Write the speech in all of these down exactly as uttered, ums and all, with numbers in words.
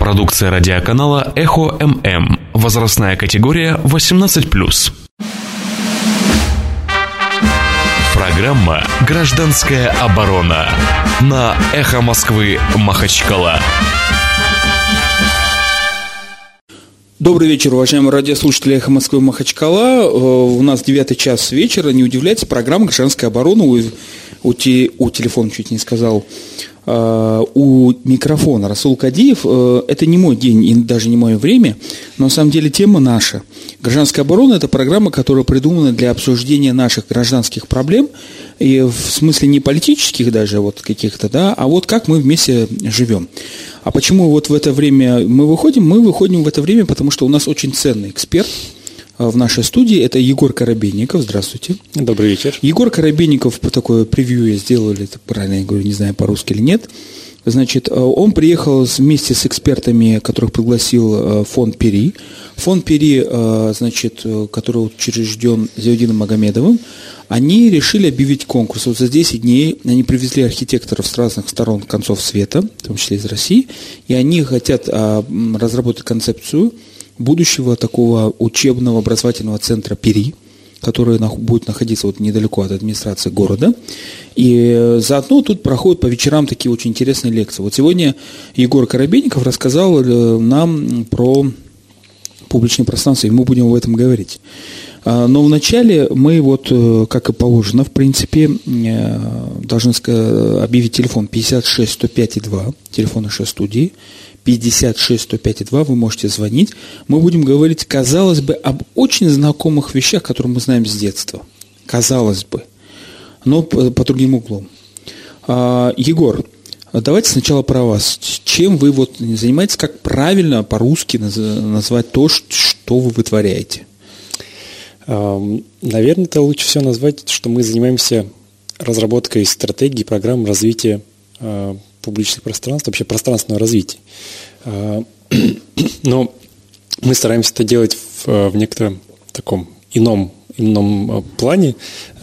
Продукция радиоканала «Эхо ММ». Возрастная категория восемнадцать плюс. Программа «Гражданская оборона» на «Эхо Москвы» Махачкала. Добрый вечер, уважаемые радиослушатели «Эхо Москвы» Махачкала. У нас девятый час вечера. Не удивляйтесь, программа «Гражданская оборона». У, у, те, у телефона чуть не сказал. У микрофона Расул Кадиев. Это не мой день и даже не мое время, но на самом деле тема наша. «Гражданская оборона» – это программа, которая придумана для обсуждения наших гражданских проблем, и в смысле не политических даже вот каких-то, да, а вот как мы вместе живем. А почему вот в это время мы выходим? Мы выходим в это время, потому что у нас очень ценный эксперт в нашей студии. Это Егор Коробейников. Здравствуйте. Добрый вечер. Егор Коробейников, такое превью я сделал, это правильно я говорю, не знаю, по-русски или нет. Значит, он приехал вместе с экспертами, которых пригласил фонд Пири. Фонд Пири, значит, который учрежден Зиаудином Магомедовым, они решили объявить конкурс. Вот за десять дней они привезли архитекторов с разных сторон концов света, в том числе из России, и они хотят разработать концепцию будущего такого учебного образовательного центра Пири, который будет находиться вот недалеко от администрации города. И заодно тут проходят по вечерам такие очень интересные лекции. Вот сегодня Егор Коробейников рассказал нам про публичное пространство, и мы будем об этом говорить. Но вначале мы, вот, как и положено, в принципе, должны объявить телефон пятьдесят шесть сто пять два, телефон нашей студии, пятьдесят шесть сто пять два, вы можете звонить. Мы будем говорить, казалось бы, об очень знакомых вещах, которые мы знаем с детства. Казалось бы, но по, по другим углом. А, Егор, давайте сначала про вас. Чем вы вот занимаетесь, как правильно по-русски назвать то, что вы вытворяете? Наверное, это лучше всего назвать, что мы занимаемся разработкой стратегии, программ развития э, публичных пространств, вообще пространственного развития. Э, но мы стараемся это делать в, в некотором таком ином, ином плане.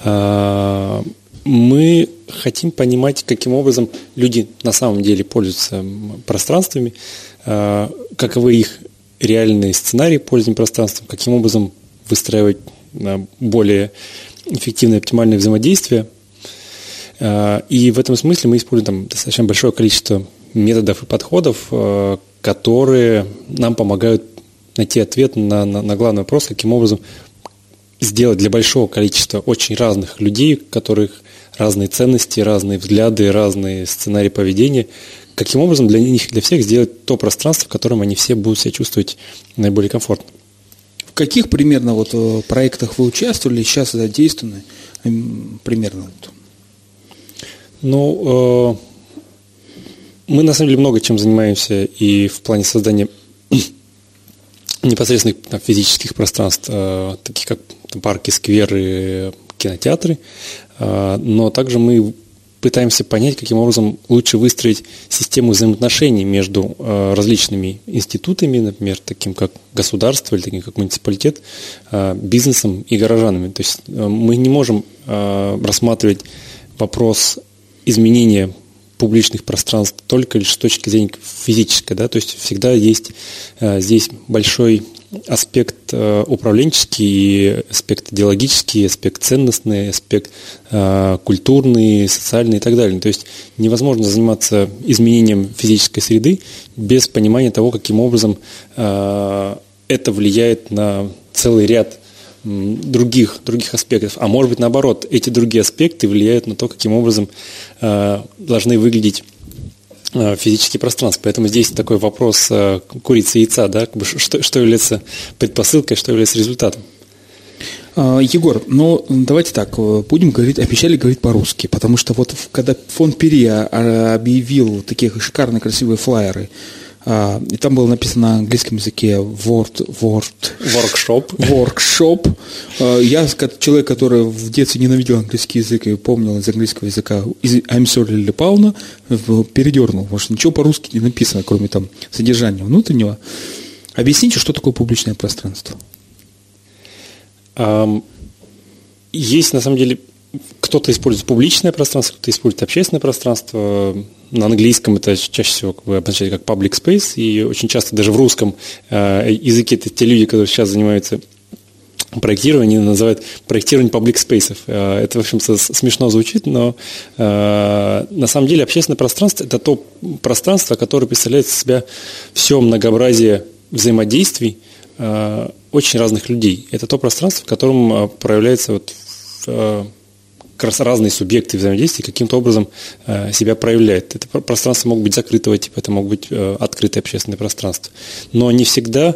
Э, мы хотим понимать, каким образом люди на самом деле пользуются пространствами, э, каковы их реальные сценарии пользования пространством, каким образом выстраивать более эффективное и оптимальное взаимодействие. И в этом смысле мы используем там достаточно большое количество методов и подходов, которые нам помогают найти ответ на, на, на главный вопрос, каким образом сделать для большого количества очень разных людей, у которых разные ценности, разные взгляды, разные сценарии поведения, каким образом для них, для всех сделать то пространство, в котором они все будут себя чувствовать наиболее комфортно. В каких примерно вот проектах вы участвовали, сейчас задействованы примерно? Ну, э, мы на самом деле много чем занимаемся и в плане создания непосредственных там, физических пространств, э, таких как там, парки, скверы, кинотеатры, э, но также мы пытаемся понять, каким образом лучше выстроить систему взаимоотношений между э, различными институтами, например, таким как государство или таким как муниципалитет, э, бизнесом и горожанами. То есть э, мы не можем э, рассматривать вопрос изменения публичных пространств только лишь с точки зрения физической, да, то есть всегда есть э, здесь большой аспект э, управленческий, аспект идеологический, аспект ценностный, аспект э, культурный, социальный и так далее. То есть невозможно заниматься изменением физической среды без понимания того, каким образом э, это влияет на целый ряд м, других, других аспектов. А может быть, наоборот, эти другие аспекты влияют на то, каким образом э, должны выглядеть физические пространства. Поэтому здесь такой вопрос курицы и яйца, да, что, что является предпосылкой, что является результатом. Егор, ну давайте так, будем говорить, обещали говорить по-русски, потому что вот когда фонд Пири объявил такие шикарные красивые флаеры, и там было написано на английском языке word, word, workshop. workshop. Я человек, который в детстве ненавидел английский язык и помнил из английского языка I'm sorry, Лили Павловна, передернул, потому что ничего по-русски не написано, кроме там содержания внутреннего. Объясните, что такое публичное пространство? Есть, на самом деле, кто-то использует публичное пространство, кто-то использует общественное пространство. На английском это чаще всего как бы обозначает как public space, и очень часто даже в русском языке это те люди, которые сейчас занимаются проектированием, называют проектирование public space. Это, в общем-то, смешно звучит, но на самом деле общественное пространство – это то пространство, которое представляет из себя все многообразие взаимодействий очень разных людей. Это то пространство, в котором проявляются вот как раз разные субъекты взаимодействия каким-то образом себя проявляют. Это пространство могут быть закрытого типа, это могут быть открытые общественные пространства. Но не всегда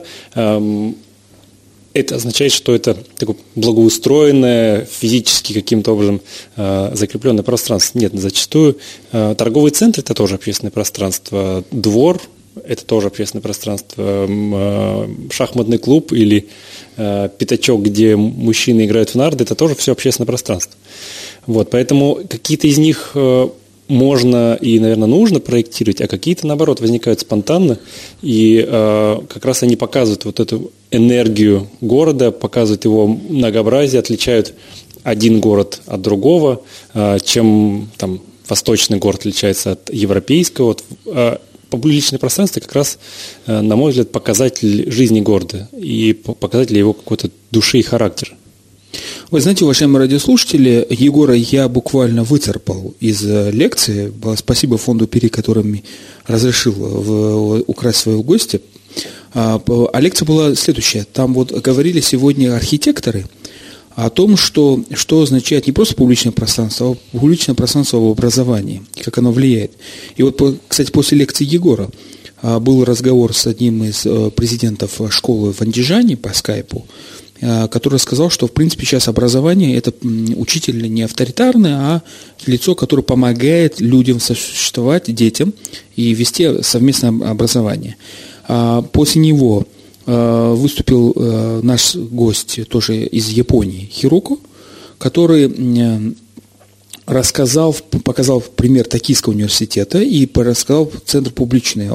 это означает, что это такое благоустроенное, физически каким-то образом закрепленное пространство. Нет, зачастую торговый центр – это тоже общественное пространство, двор – это тоже общественное пространство, шахматный клуб или пятачок, где мужчины играют в нарды, это тоже все общественное пространство. Вот, поэтому какие-то из них можно и, наверное, нужно проектировать, а какие-то, наоборот, возникают спонтанно, и э, как раз они показывают вот эту энергию города, показывают его многообразие, отличают один город от другого, э, чем там восточный город отличается от европейского. Вот, э, публичное пространство как раз, э, на мой взгляд, показатель жизни города и показатель его какой-то души и характера. Вы знаете, уважаемые радиослушатели, Егора я буквально выцарпал из лекции. Спасибо фонду Пери, который мне разрешил в, украсть своего гостя. А, а лекция была следующая. Там вот говорили сегодня архитекторы о том, что, что означает не просто публичное пространство, а публичное пространство в образовании, как оно влияет. И вот, кстати, после лекции Егора был разговор с одним из президентов школы в Андижане по скайпу, который сказал, что, в принципе, сейчас образование – это учитель не авторитарный, а лицо, которое помогает людям существовать, детям, и вести совместное образование. После него выступил наш гость тоже из Японии, Хироко, который рассказал, показал пример Токийского университета и рассказал центр публичный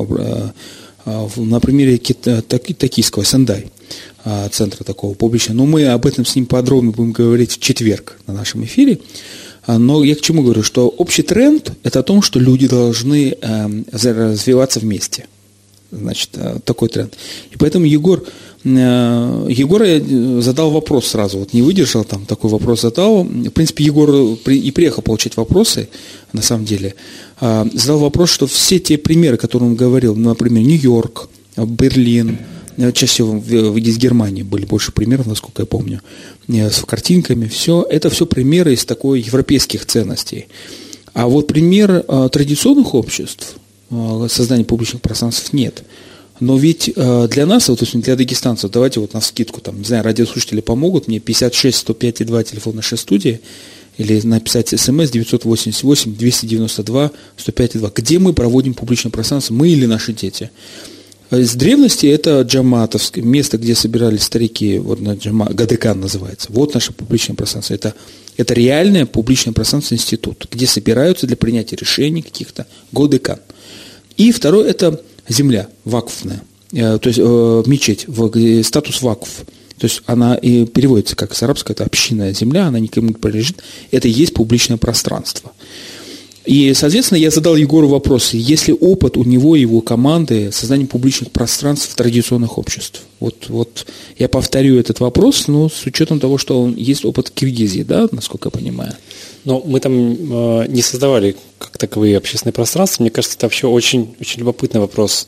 на примере Токийского Сендай. Центра такого публичного. Но мы об этом с ним подробно будем говорить в четверг на нашем эфире. Но я к чему говорю, что общий тренд – это о том, что люди должны развиваться вместе. Значит, такой тренд. И поэтому Егор, Егор задал вопрос сразу, вот не выдержал, там такой вопрос задал. В принципе, Егор и приехал получать вопросы, на самом деле. Задал вопрос, что все те примеры, которые он говорил, например, Нью-Йорк, Берлин, чаще всего из Германии были больше примеров, насколько я помню, с картинками, все, это все примеры из такой европейских ценностей. А вот пример традиционных обществ, создания публичных пространств нет. Но ведь для нас, вот, для дагестанцев, давайте вот навскидку, там, не знаю, радиослушатели помогут мне, пятьдесят шесть сто пять два телефон нашей студии, или написать смс девятьсот восемьдесят восемь двести девяносто два сто пять два. Где мы проводим публичное пространство, мы или наши дети? С древности это джаматовское место, где собирались старики, вот на джама, Гадекан называется. Вот наше публичное пространство. Это, это реальное публичное пространство, институт, где собираются для принятия решений каких-то Гадекан. И второе – это земля вакфная, то есть э, мечеть, в, статус вакф. То есть она и переводится как с арабского, это общинная земля, она никому не принадлежит. Это и есть публичное пространство. И, соответственно, я задал Егору вопрос, есть ли опыт у него и его команды создания публичных пространств в традиционных обществах. Вот, вот я повторю этот вопрос, но с учетом того, что он, есть опыт в Киргизии, да, насколько я понимаю. Но мы там э, не создавали как таковые общественные пространства. Мне кажется, это вообще очень, очень любопытный вопрос.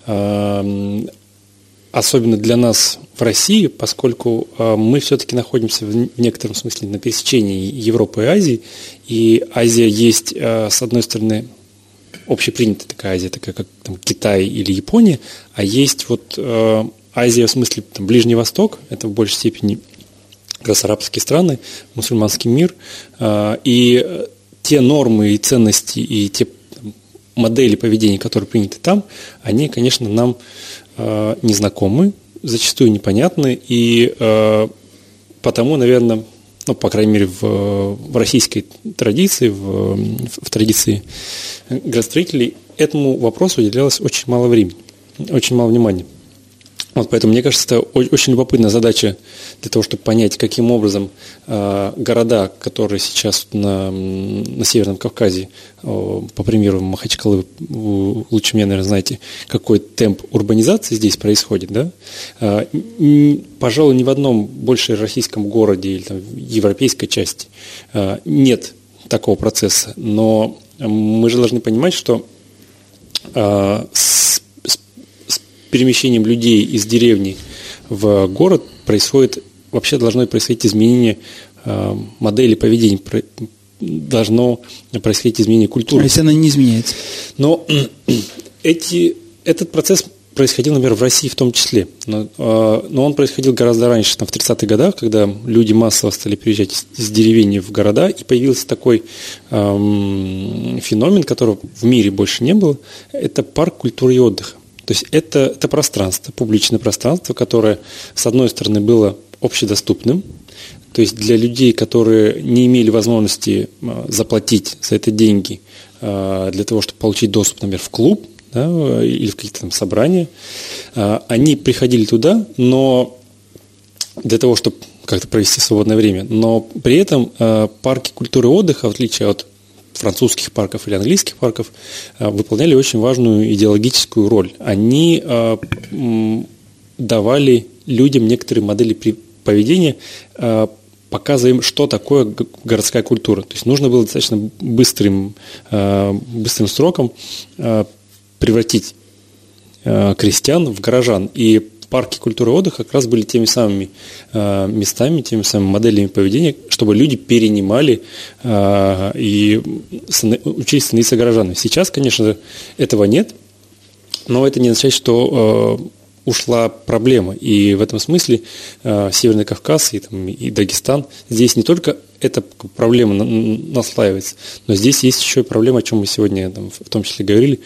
Э, особенно для нас в России, поскольку э, мы все-таки находимся в некотором смысле на пересечении Европы и Азии, и Азия есть, э, с одной стороны, общепринятая такая Азия, такая как там, Китай или Япония, а есть вот э, Азия в смысле там, Ближний Восток, это в большей степени как раз арабские страны, мусульманский мир, э, и те нормы и ценности, и те там, модели поведения, которые приняты там, они, конечно, нам э, незнакомы, зачастую непонятны, и э, потому, наверное, ну, по крайней мере, в, в российской традиции, в, в традиции градостроителей, этому вопросу уделялось очень мало времени, очень мало внимания. Вот, поэтому, мне кажется, это очень любопытная задача для того, чтобы понять, каким образом э, города, которые сейчас на, на Северном Кавказе, э, по примеру Махачкалы, вы лучше меня, наверное, знаете, какой темп урбанизации здесь происходит, да? Э, пожалуй, ни в одном больше российском городе или там, в европейской части э, нет такого процесса, но мы же должны понимать, что э, с перемещением людей из деревни в город происходит, вообще должно происходить изменение э, модели поведения, про, должно происходить изменение культуры. А если она не изменяется? Но эти, этот процесс происходил, например, в России в том числе, но, э, но он происходил гораздо раньше, там, в тридцатых годах, когда люди массово стали переезжать из, из деревень в города, и появился такой э, феномен, которого в мире больше не было, это парк культуры и отдыха. То есть это, это пространство, публичное пространство, которое, с одной стороны, было общедоступным, то есть для людей, которые не имели возможности заплатить за это деньги для того, чтобы получить доступ, например, в клуб, да, или в какие-то там собрания, они приходили туда, но для того, чтобы как-то провести свободное время, но при этом парки культуры и отдыха, в отличие от французских парков или английских парков, выполняли очень важную идеологическую роль. Они давали людям некоторые модели поведения, показывая им, что такое городская культура. То есть нужно было достаточно быстрым, быстрым сроком превратить крестьян в горожан. И парки культуры и отдыха как раз были теми самыми э, местами, теми самыми моделями поведения, чтобы люди перенимали э, и учились становиться горожанами. Сейчас, конечно, этого нет, но это не означает, что э, ушла проблема. И в этом смысле э, Северный Кавказ и, там, и Дагестан, здесь не только эта проблема наслаивается, но здесь есть еще и проблема, о чем мы сегодня там, в том числе говорили,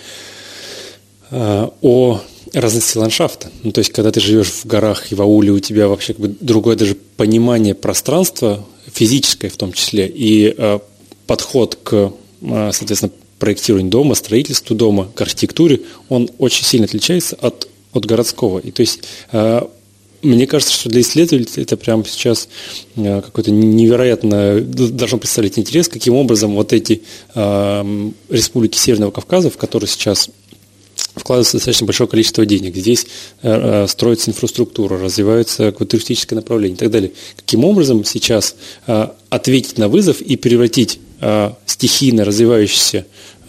э, о разности ландшафта. Ну, то есть, когда ты живешь в горах и в ауле, у тебя вообще как бы другое даже понимание пространства, физическое в том числе, и э, подход к, э, соответственно, проектированию дома, строительству дома, к архитектуре, он очень сильно отличается от, от городского. И то есть, э, мне кажется, что для исследователей это прямо сейчас э, какой-то невероятно должно представлять интерес, каким образом вот эти э, республики Северного Кавказа, в которые сейчас вкладывается достаточно большое количество денег. Здесь э, строится инфраструктура, развивается туристическое направление и так далее. Каким образом сейчас э, ответить на вызов и превратить э, стихийно развивающиеся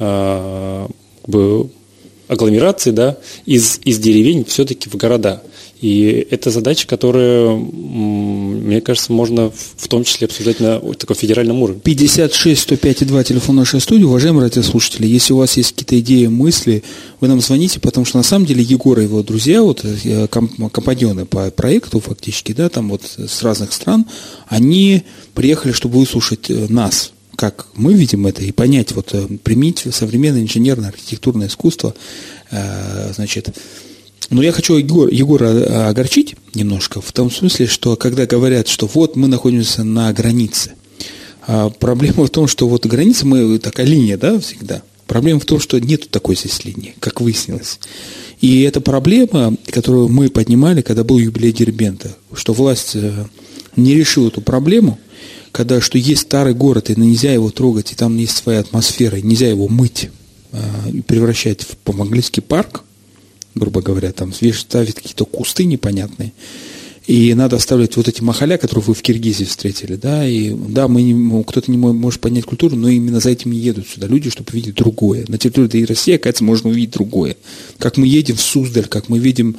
э, как бы, агломерации, да, из, из деревень все-таки в города. И это задача, которую, мне кажется, можно в том числе обсуждать на таком федеральном уровне. пятьдесят шесть сто пять и два телефон нашей студии. Уважаемые радиослушатели, если у вас есть какие-то идеи, мысли, вы нам звоните, потому что на самом деле Егор и его друзья, вот компаньоны по проекту фактически, да, там вот с разных стран, они приехали, чтобы выслушать нас, как мы видим это, и понять, вот применить современное инженерное архитектурное искусство, значит. Но я хочу Егор, Егора огорчить немножко, в том смысле, что когда говорят, что вот мы находимся на границе, а проблема в том, что вот граница, мы такая линия, да, всегда. Проблема в том, что нету такой здесь линии, как выяснилось. И это проблема, которую мы поднимали, когда был юбилей Дербента, что власть не решила эту проблему, когда что есть старый город, и нельзя его трогать, и там есть своя атмосфера, и нельзя его мыть и превращать в по-английски парк, грубо говоря, там ставить какие-то кусты непонятные, и надо оставлять вот эти махаля, которые вы в Киргизии встретили, да, и да, мы не, кто-то не может понять культуру, но именно за этим и едут сюда люди, чтобы видеть другое. На территории России, оказывается, можно увидеть другое. Как мы едем в Суздаль, как мы видим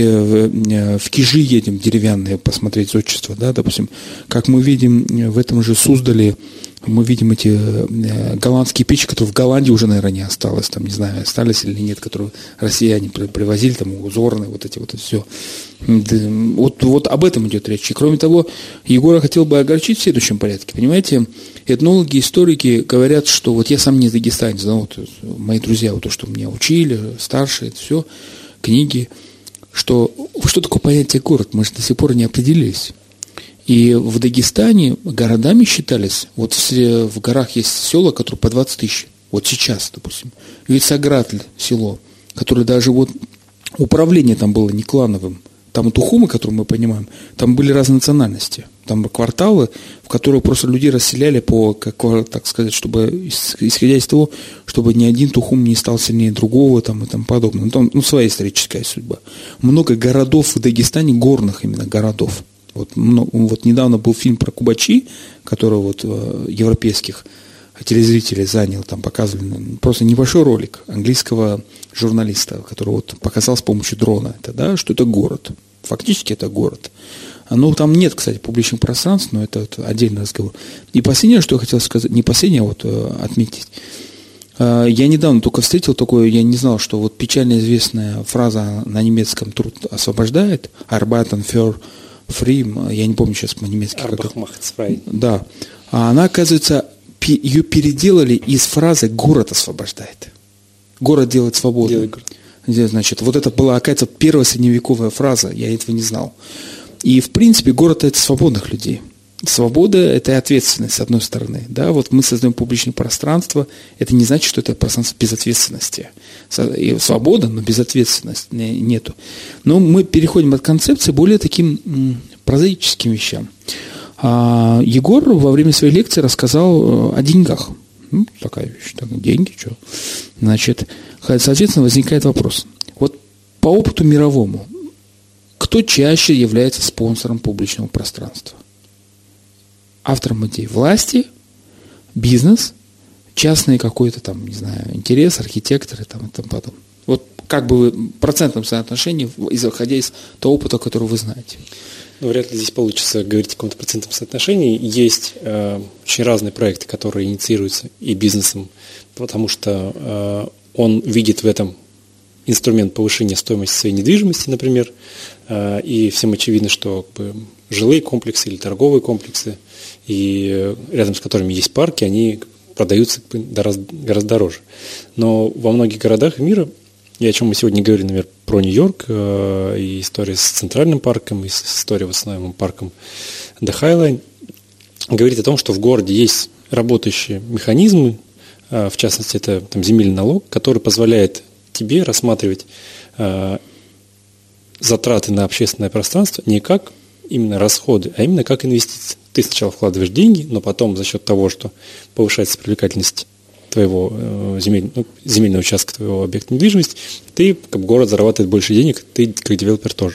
в, в Кижи едем деревянные посмотреть зодчество, да, допустим, как мы видим в этом же Суздале, мы видим эти голландские печи, которые в Голландии уже, наверное, не осталось, там, не знаю, остались или нет, которые россияне привозили, там, узорные, вот эти вот, и все. Вот, вот об этом идет речь. И, кроме того, Егора хотел бы огорчить в следующем порядке. Понимаете, этнологи, историки говорят, что вот я сам не дагестанец, да, вот мои друзья, вот то, что меня учили, старшие, это все, книги, что, что такое понятие город, мы же до сих пор не определились. И в Дагестане городами считались, вот в, в горах есть села, которые по двадцать тысяч, вот сейчас, допустим. Вицаградль село, которое даже вот управление там было не клановым, Там у Тухумы, который мы понимаем, там были разные национальности. Там кварталы, в которые просто людей расселяли по, как, так сказать, чтобы, исходя из того, чтобы ни один Тухум не стал сильнее другого там, и тому подобное. Ну, там ну, своя историческая судьба. Много городов в Дагестане, горных именно городов. Вот, ну, вот недавно был фильм про Кубачи, который вот европейских телезрителей занял, там показывали просто небольшой ролик английского журналиста, который вот показал с помощью дрона, это, да, что это город. Фактически это город. Ну, там нет, кстати, публичных пространств, но это, это отдельный разговор. И последнее, что я хотел сказать, не последнее, а вот э, отметить. Э, я недавно только встретил такое, я не знал, что вот печально известная фраза на немецком «труд освобождает», «Arbeiten für free», я не помню сейчас по-немецки. «Arbeit macht frei». Да. А она, оказывается, ее переделали из фразы «город освобождает». Город делает свободу. Делает город. Значит, вот это была, оказывается, первая средневековая фраза, я этого не знал. И, в принципе, город – это свободных людей. Свобода – это и ответственность, с одной стороны. Да, вот мы создаем публичное пространство, это не значит, что это пространство без ответственности. Свобода, но без ответственности нету. Но мы переходим от концепции более таким м, прозаическим вещам. А Егор во время своей лекции рассказал о деньгах. Ну, такая вещь, так, деньги, что. Значит, соответственно, возникает вопрос. Вот по опыту мировому, кто чаще является спонсором публичного пространства? Автором идей власти, бизнес, частный какой-то там, не знаю, интерес, архитекторы там и тому подобное. Вот как бы вы в процентном соотношении, исходя из того опыта, который вы знаете. Ну, вряд ли здесь получится говорить о каком-то процентном соотношении. Есть э, очень разные проекты, которые инициируются и бизнесом, потому что э, он видит в этом инструмент повышения стоимости своей недвижимости, например, э, и всем очевидно, что как бы, жилые комплексы или торговые комплексы, и рядом с которыми есть парки, они продаются как бы, гораздо, гораздо дороже. Но во многих городах мира, и о чем мы сегодня говорили, например, про Нью-Йорк, э, и история с Центральным парком, и история с восстановимым парком The Highline, говорит о том, что в городе есть работающие механизмы, э, в частности, это там, земельный налог, который позволяет тебе рассматривать э, затраты на общественное пространство не как именно расходы, а именно как инвестиции. Ты сначала вкладываешь деньги, но потом за счет того, что повышается привлекательность твоего э, земель, ну, земельного участка твоего объекта недвижимости, ты, как город, зарабатывает больше денег, ты, как девелопер, тоже.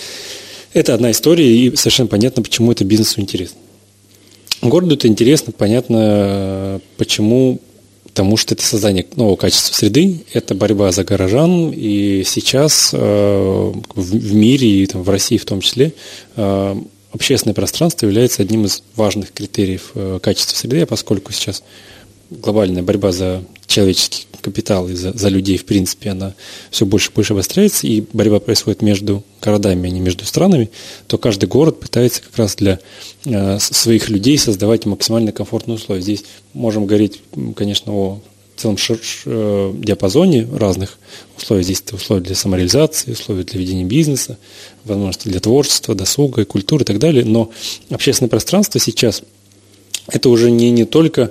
Это одна история, и совершенно понятно, почему это бизнесу интересно. Городу это интересно, понятно, почему, потому что это создание нового качества среды, это борьба за горожан, и сейчас э, в, в мире, и там, в России в том числе, э, общественное пространство является одним из важных критериев э, качества среды, а поскольку сейчас глобальная борьба за человеческий капитал и за, за людей, в принципе, она все больше и больше обостряется, и борьба происходит между городами, а не между странами, то каждый город пытается как раз для э, своих людей создавать максимально комфортные условия. Здесь можем говорить, конечно, о целом шир, э, диапазоне разных условий. Здесь это условия для самореализации, условия для ведения бизнеса, возможности для творчества, досуга, культуры и так далее. Но общественное пространство сейчас это уже не, не только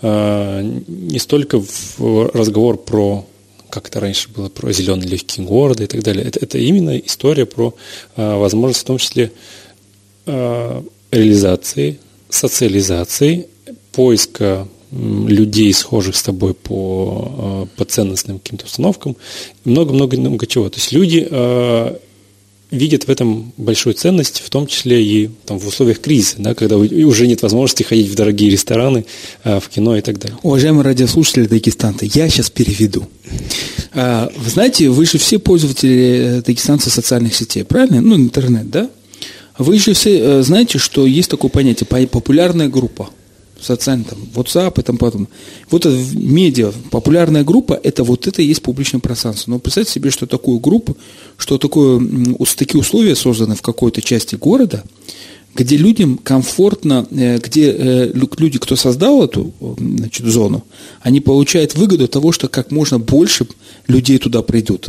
не столько в разговор про, как это раньше было, про зеленые легкие города и так далее. Это, это именно история про возможность в том числе реализации, социализации, поиска людей, схожих с тобой по, по ценностным каким-то установкам, много-много-много чего. То есть люди видят в этом большую ценность, в том числе и там, в условиях кризиса, да, когда уже нет возможности ходить в дорогие рестораны, в кино и так далее. Уважаемые радиослушатели дагестанцы, я сейчас переведу. Вы знаете, вы же все пользователи дагестанцев социальных сетей, правильно? Ну, интернет, да? Вы же все знаете, что есть такое понятие популярная группа. Социальный, там, WhatsApp и тому подобное. Вот это медиа, популярная группа, это вот это и есть публичное пространство. Но представьте себе, что такую группу, что такое, такие условия созданы в какой-то части города, где людям комфортно, где люди, кто создал эту, значит, зону, они получают выгоду от того, что как можно больше людей туда придут.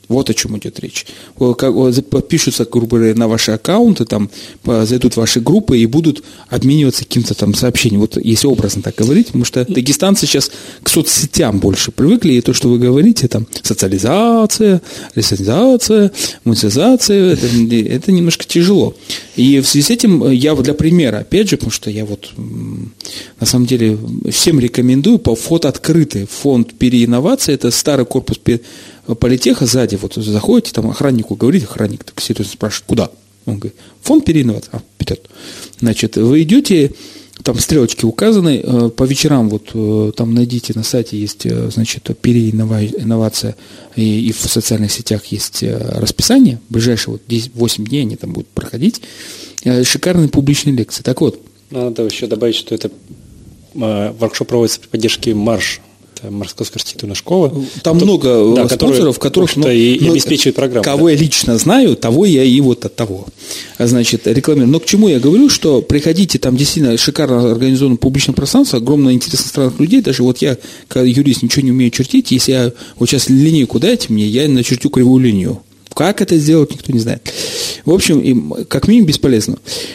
Вот о чем идет речь. Подпишутся, грубо говоря, на ваши аккаунты, там, зайдут в ваши группы и будут обмениваться каким-то там сообщением. Вот если образно так говорить, потому что дагестанцы сейчас к соцсетям больше привыкли, и то, что вы говорите, там, социализация, ресоциализация, монетизация, это, это немножко тяжело. И в связи с этим я вот для примера, опять же, потому что я вот на самом деле всем рекомендую, по фото открытый фонд переинновации, это старый корпус политеха сзади, вот заходите, там охраннику говорите, охранник так серьезно спрашивает, куда? Он говорит, фонд переинновации, а, вперед. Значит, вы идете, там стрелочки указаны, по вечерам вот там найдите, на сайте есть, значит, переинновация, и, и в социальных сетях есть расписание, ближайшие вот восемь дней они там будут проходить, шикарные публичные лекции. Так вот. Надо еще добавить, что это воркшоп проводится при поддержке МАРШ, Московская архитектурная школа. Там кто, много да, спонсоров, которых ну, и, и обеспечивает программу. Кого да. я лично знаю, того я и вот от того. Значит, рекламирую. Но к чему я говорю, что приходите, там действительно шикарно организовано публичное пространство, огромное интересно странных людей. Даже вот я, как юрист, ничего не умею чертить. Если я вот сейчас линейку дайте мне, я начертю кривую линию. Как это сделать, никто не знает. В общем, как минимум бесполезно.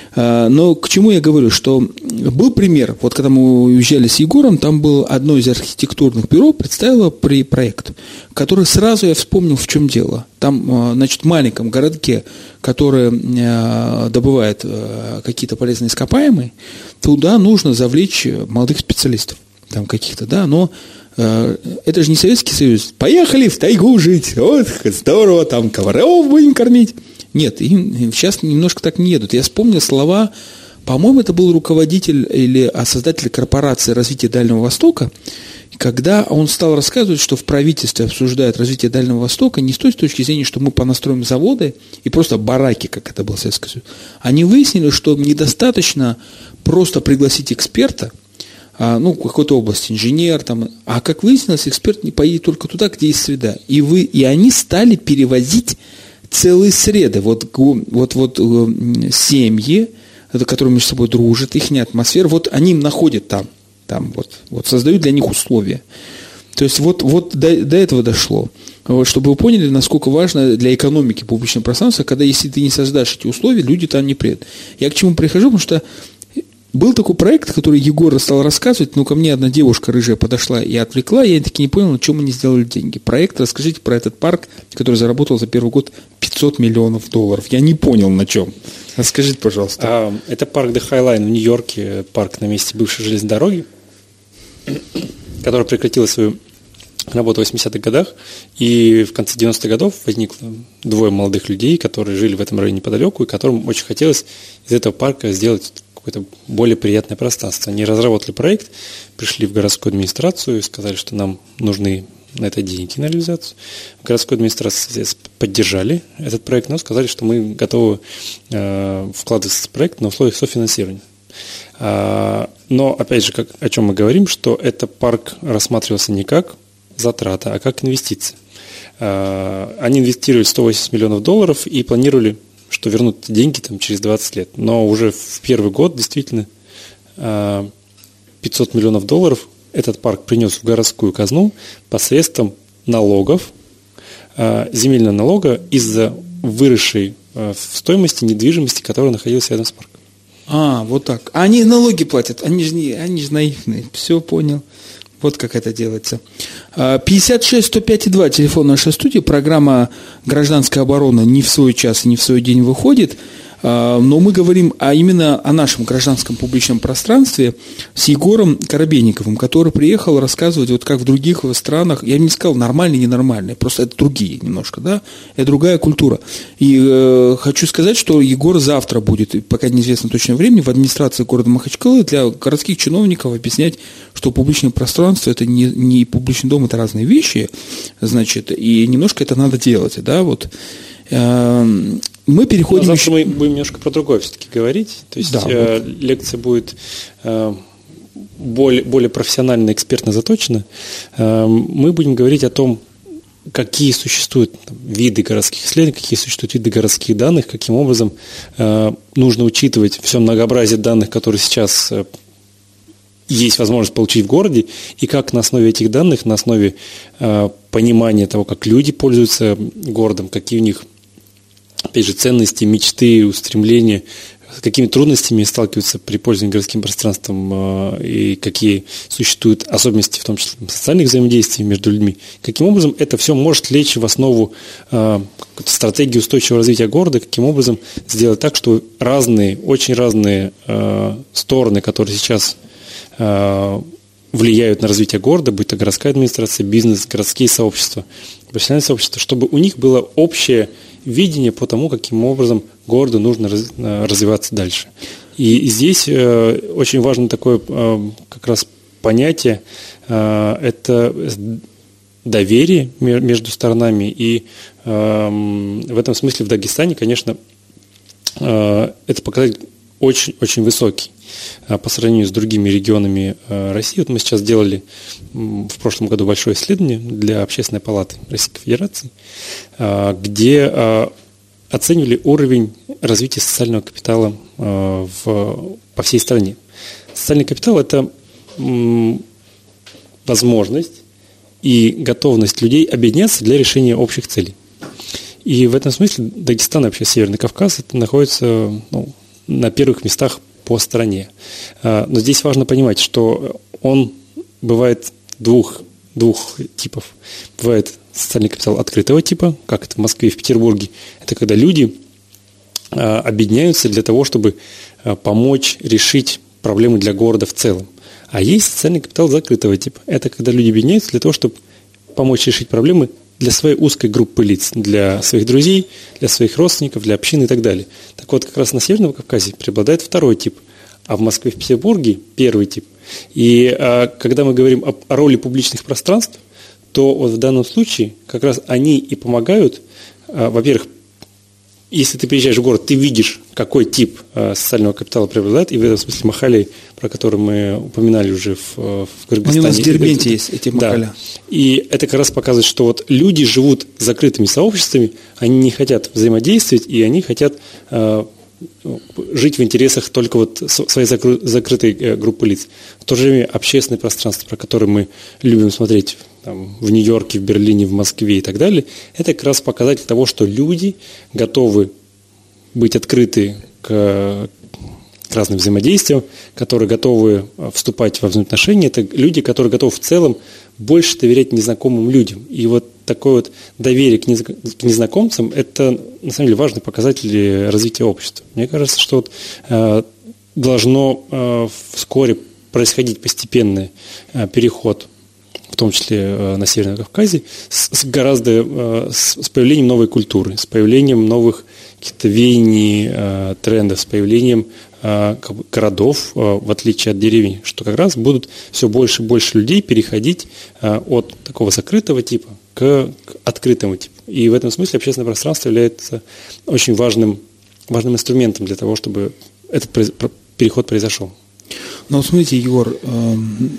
Но к чему я говорю, что был пример, вот когда мы уезжали с Егором, там было одно из архитектурных бюро, представило при проект, который сразу я вспомнил, в чем дело. Там, значит, в маленьком городке, который добывает какие-то полезные ископаемые, туда нужно завлечь молодых специалистов, там каких-то, да, но это же не Советский Союз. Поехали в тайгу жить. Вот, здорово, там комаров будем кормить. Нет, им сейчас немножко так не едут. Я вспомнил слова, по-моему, это был руководитель или создатель корпорации развития Дальнего Востока, когда он стал рассказывать, что в правительстве обсуждают развитие Дальнего Востока не с той точки зрения, что мы понастроим заводы и просто бараки, как это был Советский Союз. Они выяснили, что недостаточно просто пригласить эксперта, ну, в какой-то области, инженер, там, а как выяснилось, эксперт не поедет только туда, где есть среда. И, вы, и они стали перевозить целые среды. Вот, вот, вот семьи, которые между собой дружат, их атмосфера, вот они им находят там, там вот, вот создают для них условия. То есть вот, вот до, до этого дошло. Вот, чтобы вы поняли, насколько важно для экономики публичного пространства, когда если ты не создашь эти условия, люди там не приедут. Я к чему прихожу, потому что был такой проект, который Егор стал рассказывать, но ко мне одна девушка рыжая подошла и отвлекла, я таки не понял, на чем они сделали деньги. Проект, расскажите про этот парк, который заработал за первый год пятьсот миллионов долларов. Я не понял, на чем. Расскажите, пожалуйста. А, это парк The High Line в Нью-Йорке, парк на месте бывшей железной дороги, которая прекратила свою работу в восьмидесятых годах, и в конце девяностых годов возникло двое молодых людей, которые жили в этом районе неподалеку, и которым очень хотелось из этого парка сделать какое-то более приятное пространство. Они разработали проект, пришли в городскую администрацию и сказали, что нам нужны на это деньги на реализацию. В городской администрации поддержали этот проект, но сказали, что мы готовы э, вкладываться в проект на условиях софинансирования. А, но, опять же, как, о чем мы говорим, что этот парк рассматривался не как затрата, а как инвестиция. А, они инвестировали сто восемьдесят миллионов долларов и планировали, что вернут деньги там, через двадцать лет. Но уже в первый год действительно пятьсот миллионов долларов этот парк принес в городскую казну посредством налогов, земельного налога из-за выросшей в стоимости недвижимости, которая находилась рядом с парком. А, вот так. Они налоги платят, они же, не, они же наивные. Все понял. Вот как это делается. пятьдесят шесть сто пять два, телефон нашей студии. Программа «Гражданская оборона» не в свой час и не в свой день выходит. Но мы говорим а именно о нашем гражданском публичном пространстве с Егором Коробейниковым, который приехал рассказывать, вот как в других странах, я бы не сказал нормальные, ненормальные, просто это другие немножко, да, это другая культура. И э, хочу сказать, что Егор завтра будет, пока неизвестно точное время, в администрации города Махачкалы для городских чиновников объяснять, что публичное пространство это не, не публичный дом, это разные вещи, значит, и немножко это надо делать, да, вот. Мы переходим... Но завтра мы будем немножко про другое все-таки говорить. То есть да, э, вот. лекция будет э, более, более профессионально, экспертно заточена. Э, мы будем говорить о том, какие существуют там, виды городских исследований, какие существуют виды городских данных, каким образом э, нужно учитывать все многообразие данных, которые сейчас э, есть возможность получить в городе, и как на основе этих данных, на основе э, понимания того, как люди пользуются городом, какие у них, опять же, ценности, мечты, устремления, с какими трудностями сталкиваются при пользовании городским пространством э, и какие существуют особенности, в том числе социальных взаимодействий между людьми. Каким образом это все может лечь в основу э, стратегии устойчивого развития города, каким образом сделать так, что разные, очень разные э, стороны, которые сейчас э, влияют на развитие города, будь то городская администрация, бизнес, городские сообщества, профессиональные сообщества, чтобы у них было общее видение по тому, каким образом городу нужно развиваться дальше. И здесь очень важно такое как раз понятие, это доверие между сторонами. И в этом смысле в Дагестане, конечно, это показатель очень-очень высокий по сравнению с другими регионами России. Вот мы сейчас делали в прошлом году большое исследование для Общественной палаты Российской Федерации, где оценивали уровень развития социального капитала в, по всей стране. Социальный капитал – это возможность и готовность людей объединяться для решения общих целей. И в этом смысле Дагестан и вообще Северный Кавказ это находится ну, на первых местах по стране. Но здесь важно понимать, что он бывает двух, двух типов. Бывает социальный капитал открытого типа, как это в Москве и в Петербурге. Это когда люди объединяются для того, чтобы помочь решить проблемы для города в целом. А есть социальный капитал закрытого типа. Это когда люди объединяются для того, чтобы помочь решить проблемы для своей узкой группы лиц, для своих друзей, для своих родственников, для общины и так далее. Так вот, как раз на Северном Кавказе преобладает второй тип, а в Москве и в Петербурге первый тип. И а, когда мы говорим о, о роли публичных пространств, то вот в данном случае как раз они и помогают, а, во-первых, если ты приезжаешь в город, ты видишь, какой тип а, социального капитала преобладает, и в этом смысле махалей, про который мы упоминали уже в, в Кыргызстане. У нас в Дербенте есть эти махаля. Да. И это как раз показывает, что вот люди живут закрытыми сообществами, они не хотят взаимодействовать, и они хотят а, жить в интересах только вот своей закрытой группы лиц. В то же время общественное пространство, про которое мы любим смотреть там, в Нью-Йорке, в Берлине, в Москве и так далее, это как раз показатель того, что люди готовы быть открыты к разным взаимодействиям, которые готовы вступать во взаимоотношения. Это люди, которые готовы в целом больше доверять незнакомым людям. И вот такое вот доверие к незнакомцам – это, на самом деле, важный показатель развития общества. Мне кажется, что вот, э, должно э, вскоре происходить постепенный э, переход, в том числе э, на Северном Кавказе, с, с гораздо э, с, с появлением новой культуры, с появлением новых каких-то веяний, э, трендов, с появлением э, городов, э, в отличие от деревень, что как раз будут все больше и больше людей переходить э, от такого закрытого типа к, к открытому типу. И в этом смысле общественное пространство является очень важным, важным инструментом для того, чтобы этот переход произошел. Ну, смотрите, Егор, э,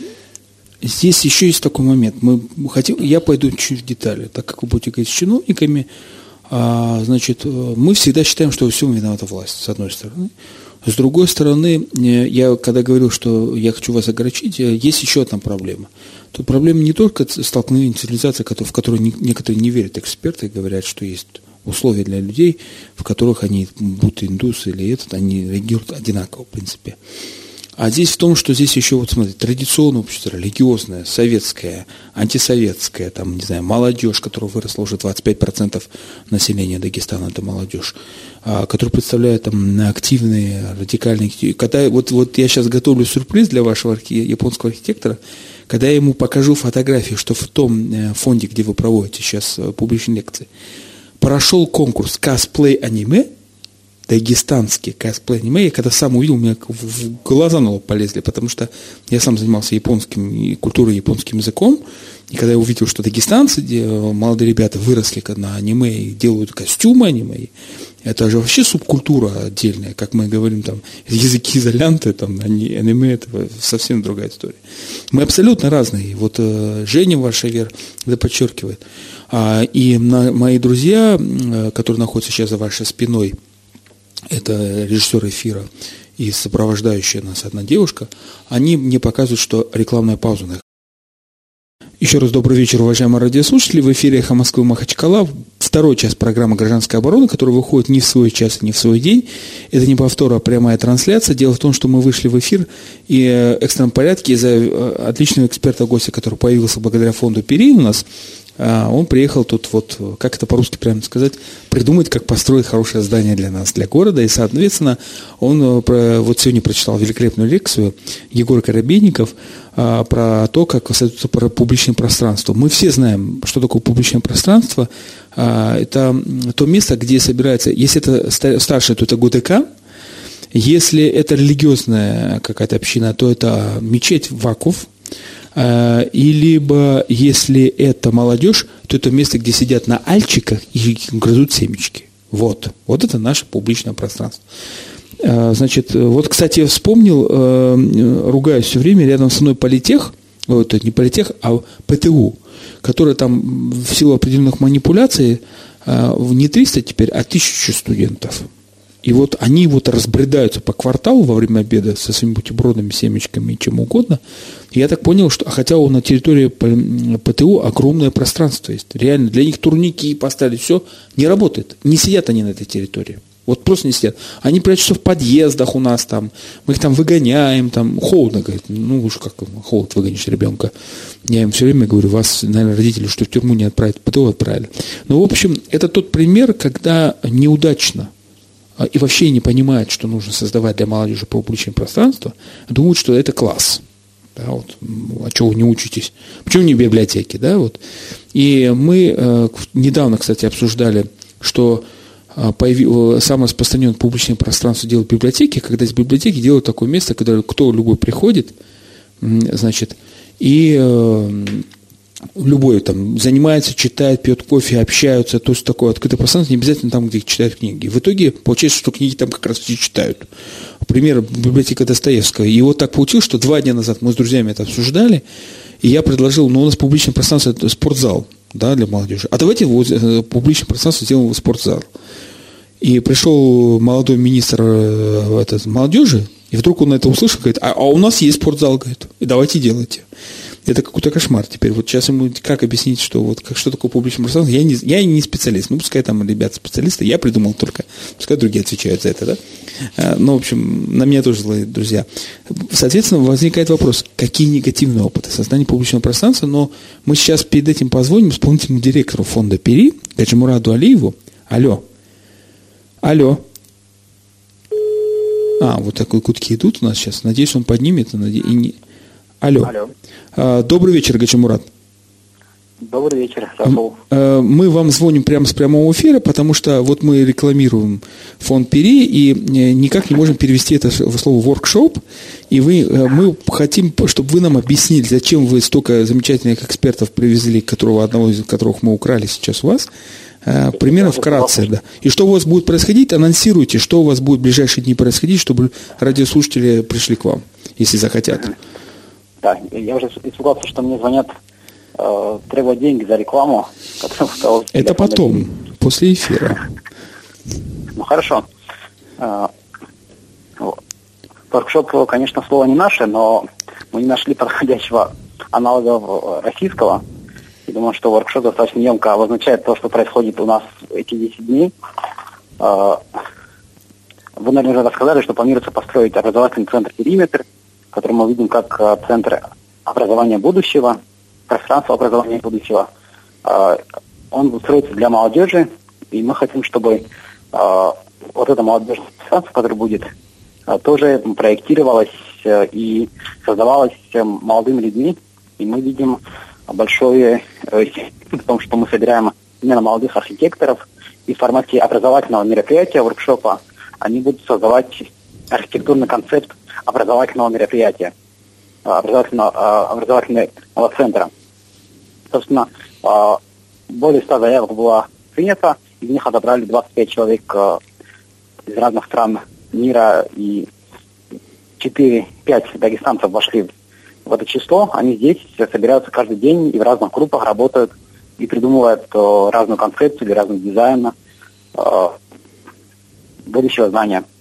здесь еще есть такой момент. Мы хотим, я пойду чуть в детали, так как вы будете говорить с чиновниками. А, значит, мы всегда считаем, что во всем виновата власть, с одной стороны. С другой стороны, я когда говорил, что я хочу вас огорчить, есть еще одна проблема. Тут проблема не только столкновение цивилизации, в которую некоторые не верят эксперты, говорят, что есть условия для людей, в которых они, будь индусы или этот, они реагируют одинаково, в принципе. А здесь в том, что здесь еще, вот смотрите, традиционное общество, религиозное, советское, антисоветское, там, не знаю, молодежь, которая выросла уже двадцать пять процентов населения Дагестана, это молодежь, а, которая представляет там активные, радикальные... Когда, вот, вот я сейчас готовлю сюрприз для вашего архи... японского архитектора, когда я ему покажу фотографии, что в том фонде, где вы проводите сейчас публичные лекции, прошел конкурс косплей-аниме, дагестанский косплей-аниме, я когда сам увидел, у меня в глаза на лоб полезли, потому что я сам занимался японским, культурой, японским языком, и когда я увидел, что дагестанцы, молодые ребята, выросли на аниме и делают костюмы аниме, это же вообще субкультура отдельная, как мы говорим, там, языки изолянты, там, аниме, это совсем другая история. Мы абсолютно разные. Вот Женя Варшавер это подчеркивает. И мои друзья, которые находятся сейчас за вашей спиной, это режиссер эфира и сопровождающая нас одна девушка, они мне показывают, что рекламная пауза. Еще раз добрый вечер, уважаемые радиослушатели. В эфире «Эхо Москвы» Махачкала. Второй час программы «Гражданская оборона», которая выходит не в свой час, не в свой день. Это не повтор, а прямая трансляция. Дело в том, что мы вышли в эфир и в экстренном порядке из-за отличного эксперта-гостя, который появился благодаря фонду Пери у нас. Он приехал тут, вот, как это по-русски прямо сказать, придумать, как построить хорошее здание для нас, для города. И, соответственно, он про, вот сегодня прочитал великолепную лекцию Егор Коробейников про то, как создается публичное пространство. Мы все знаем, что такое публичное пространство. Это то место, где собирается, если это старшее, то это ГУДК. Если это религиозная какая-то община, то это мечеть, вакуф. И либо, если это молодежь, то это место, где сидят на альчиках и грызут семечки. Вот. Вот это наше публичное пространство. Значит, вот, кстати, я вспомнил, ругаюсь все время, рядом со мной политех, вот, не политех, а ПТУ, который там в силу определенных манипуляций не триста теперь, а тысячу студентов. И вот они вот разбредаются по кварталу во время обеда со своими бутербродами, семечками и чем угодно. И я так понял, что хотя на территории ПТУ огромное пространство есть. Реально, для них турники поставили, все не работает. Не сидят они на этой территории. Вот просто не сидят. Они прячутся в подъездах у нас там. Мы их там выгоняем, там холодно, говорит. Ну уж как холод выгонишь ребенка. Я им все время говорю, вас, наверное, родители, что в тюрьму не отправят, ПТУ отправили. Ну, в общем, это тот пример, когда неудачно и вообще не понимают, что нужно создавать для молодежи публичное пространство, думают, что это класс. Да, вот. А чего вы не учитесь? Почему не в библиотеке? Да, вот. И мы э, недавно, кстати, обсуждали, что э, появи, самое распространенное публичное пространство делают библиотеки, когда из библиотеки делают такое место, когда кто любой приходит, значит, и э, любой там занимается, читает, пьет кофе, общаются, то есть такое открытое пространство, не обязательно там, где читают книги. В итоге получается, что книги там как раз все читают. Например, библиотека Достоевского. И вот так получилось, что два дня назад мы с друзьями это обсуждали, и я предложил, ну, у нас публичное пространство – это спортзал, да, для молодежи. А давайте вот публичное пространство сделаем в спортзал. И пришел молодой министр этот, молодежи, и вдруг он это услышал, говорит, а, а у нас есть спортзал, говорит, и давайте делайте. Это какой-то кошмар теперь. Вот сейчас ему как объяснить, что вот как, что такое публичное пространство? Я не, я не специалист. Ну, пускай там ребята специалисты, я придумал только. Пускай другие отвечают за это, да? А, ну, в общем, на меня тоже злые друзья. Соответственно, возникает вопрос, какие негативные опыты создания публичного пространства, но мы сейчас перед этим позвоним исполнительному директору фонда Пери, Гаджимураду Алиеву. Алло. Алло. А, вот такие гудки идут у нас сейчас. Надеюсь, он поднимет. И не... Алло. Алло. А, добрый вечер, Гаджимурад. Добрый вечер, Рафул. Мы вам звоним прямо с прямого эфира, потому что вот мы рекламируем фонд Пери и никак не можем перевести это в слово воркшоп. И вы, мы хотим, чтобы вы нам объяснили, зачем вы столько замечательных экспертов привезли, которого, одного из которых мы украли сейчас у вас. Примерно вкратце, да. И что у вас будет происходить, анонсируйте, что у вас будет в ближайшие дни происходить, чтобы радиослушатели пришли к вам, если захотят. Да, я уже испугался, что мне звонят, э, требуют деньги за рекламу. Это потом, после эфира. Ну, хорошо. Э, воркшоп, конечно, слово не наше, но мы не нашли подходящего аналога российского. И думаю, что воркшоп достаточно емко обозначает то, что происходит у нас эти десять дней. Вы, наверное, уже рассказали, что планируется построить образовательный центр «Периметр», который мы видим как центр образования будущего, пространство образования будущего. Он будет строиться для молодежи, и мы хотим, чтобы вот это молодежное пространство, которое будет, тоже проектировалось и создавалось молодыми людьми. И мы видим большое в том, что мы собираем именно молодых архитекторов, и в формате образовательного мероприятия, воркшопа, они будут создавать архитектурный концепт образовательного мероприятия, образовательного, образовательного центра. Собственно, более ста заявок было принято, из них отобрали двадцать пять человек из разных стран мира, и четыре-пять дагестанцев вошли в это число. Они здесь собираются каждый день и в разных группах работают и придумывают разную концепцию или разный дизайн будущего знания.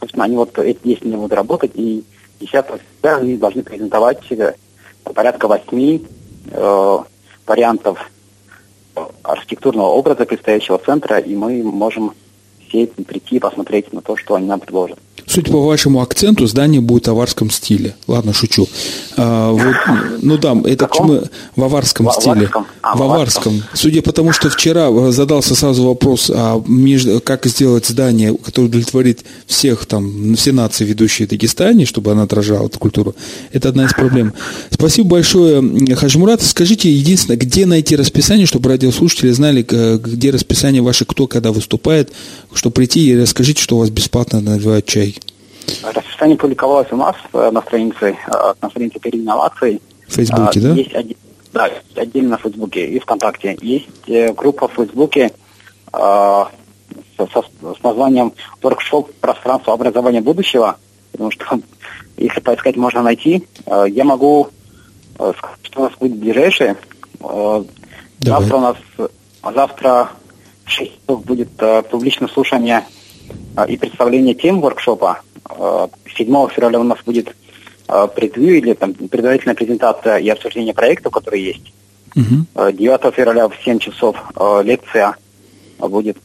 собственно, они вот эти десять дней будут работать, и десятого сентября они должны презентовать порядка восьми э, вариантов архитектурного образа предстоящего центра, и мы можем все прийти и посмотреть на то, что они нам предложат. Судя по вашему акценту, здание будет в аварском стиле. Ладно, шучу. А, вот, ну да, это к чему? В аварском в стиле. Аварском? А, в аварском. Судя по тому, что вчера задался сразу вопрос, а между, как сделать здание, которое удовлетворит всех там, все нации, ведущие в Дагестане, чтобы она отражала эту культуру. Это одна из проблем. Спасибо большое, Хаджимурат. Скажите, единственное, где найти расписание, чтобы радиослушатели знали, где расписание ваше, кто когда выступает, чтобы прийти и расскажите, что у вас бесплатно наливают чай. Расписание публиковалось у нас на странице, на странице переинноваций. В Фейсбуке, да? Есть, да, отдельно на Фейсбуке и ВКонтакте. Есть группа в Фейсбуке со, со, с названием «Воркшоп. Пространство образования будущего». Потому что, если поискать, можно найти. Я могу сказать, что у нас будет ближайшее. Давай. Завтра у нас, завтра в шесть часов будет публичное слушание и представление тем воркшопа. седьмого февраля у нас будет превью или там предварительная презентация и обсуждение проектов, которые есть. Uh-huh. девятого февраля в семь часов лекция будет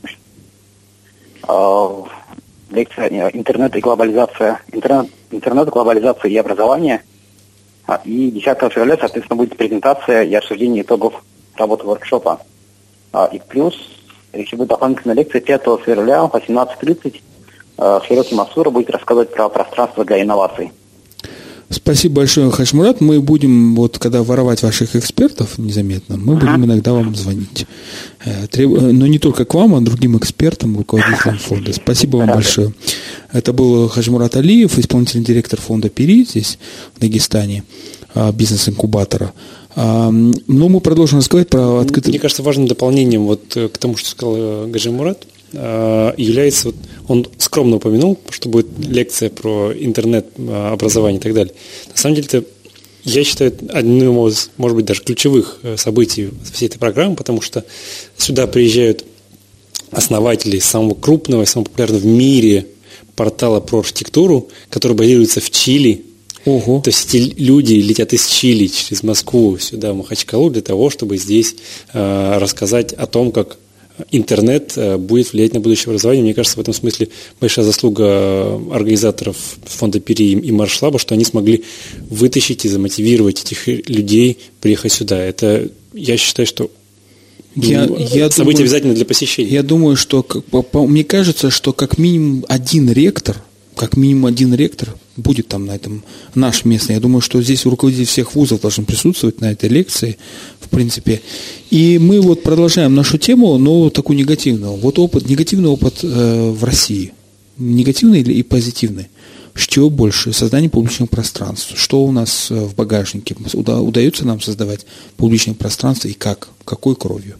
лекция «Интернет и глобализация», интернет, интернет, глобализация и образование. И десятого февраля, соответственно, будет презентация и обсуждение итогов работы воркшопа. И плюс, если будет дополнительная лекция, пятого февраля в восемнадцать тридцать Хироки Масура будет рассказывать про пространство для инноваций. Спасибо большое, Хаджимурат. Мы будем, вот когда воровать ваших экспертов незаметно, мы uh-huh. будем иногда вам звонить. Треб... Но не только к вам, а другим экспертам, руководителям фонда. Спасибо вам Рады. большое. Это был Хаджимурат Алиев, исполнительный директор фонда ПИРИ здесь, в Дагестане, бизнес-инкубатора. Но мы продолжим разговаривать про открытый... Мне кажется, важным дополнением вот к тому, что сказал Хаджимурат, является, вот, он скромно упомянул, что будет лекция про интернет-образование и так далее. На самом деле, это, я считаю, одним из, может быть, даже ключевых событий всей этой программы, потому что сюда приезжают основатели самого крупного и самого популярного в мире портала про архитектуру, который базируется в Чили. Ого. То есть эти люди летят из Чили через Москву сюда, в Махачкалу, для того, чтобы здесь э, рассказать о том, как интернет будет влиять на будущее образование. Мне кажется, в этом смысле большая заслуга организаторов фонда ПИРИ и Марш-Лаба, что они смогли вытащить и замотивировать этих людей приехать сюда. Это, я считаю, что я, я событие думаю, обязательно для посещения. Я думаю, что, мне кажется, что как минимум один ректор, как минимум один ректор будет там на этом, наш местный. Я думаю, что здесь руководители всех вузов должны присутствовать на этой лекции, в принципе. И мы вот продолжаем нашу тему, но такую негативную. Вот опыт, негативный опыт э, в России. Негативный и позитивный. Что больше? Создание публичных пространств. Что у нас в багажнике? Уда- удается нам создавать публичное пространство и как? Какой кровью?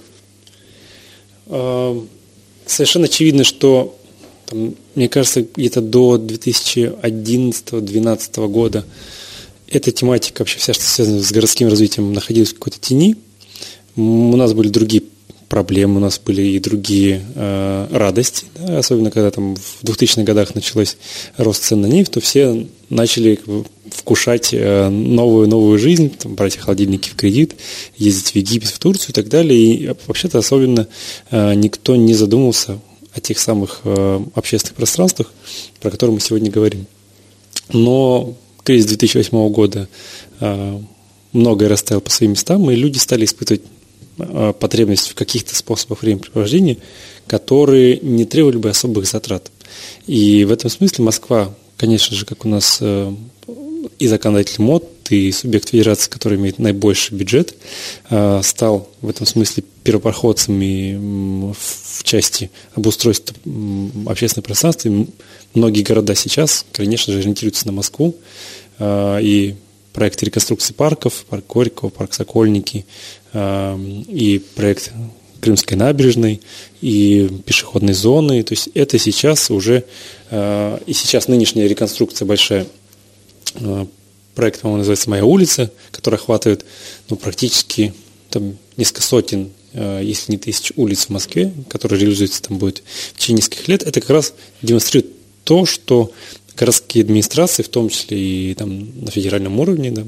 Совершенно очевидно, что мне кажется, где-то до две тысячи одиннадцатого - две тысячи двенадцатого года эта тематика, вообще вся, что связано с городским развитием, находилась в какой-то тени. У нас были другие проблемы, у нас были и другие э, радости, да, особенно когда там в двухтысячных годах началось рост цен на нефть, то все начали как бы вкушать э, новую новую жизнь, там, брать холодильники в кредит, ездить в Египет, в Турцию и так далее. И вообще-то особенно э, никто не задумывался о тех самых э, общественных пространствах, про которые мы сегодня говорим. Но кризис две тысячи восьмого года э, многое расставил по своим местам, и люди стали испытывать э, потребность в каких-то способах времяпрепровождения, которые не требовали бы особых затрат. И в этом смысле Москва, конечно же, как у нас э, и законодатель МОД, и субъект федерации, который имеет наибольший бюджет, э, стал в этом смысле первопроходцем и в части обустройства общественного пространства. И многие города сейчас, конечно же, ориентируются на Москву. И проекты реконструкции парков, парк Горького, парк Сокольники, и проект Крымской набережной, и пешеходной зоны. То есть это сейчас уже, и сейчас нынешняя реконструкция большая, проект, по-моему, называется «Моя улица», который охватывает ну, практически там, несколько сотен, если не тысяч улиц в Москве, которые реализуются там будет в течение нескольких лет. Это как раз демонстрирует то, что городские администрации, в том числе и там, на федеральном уровне, да,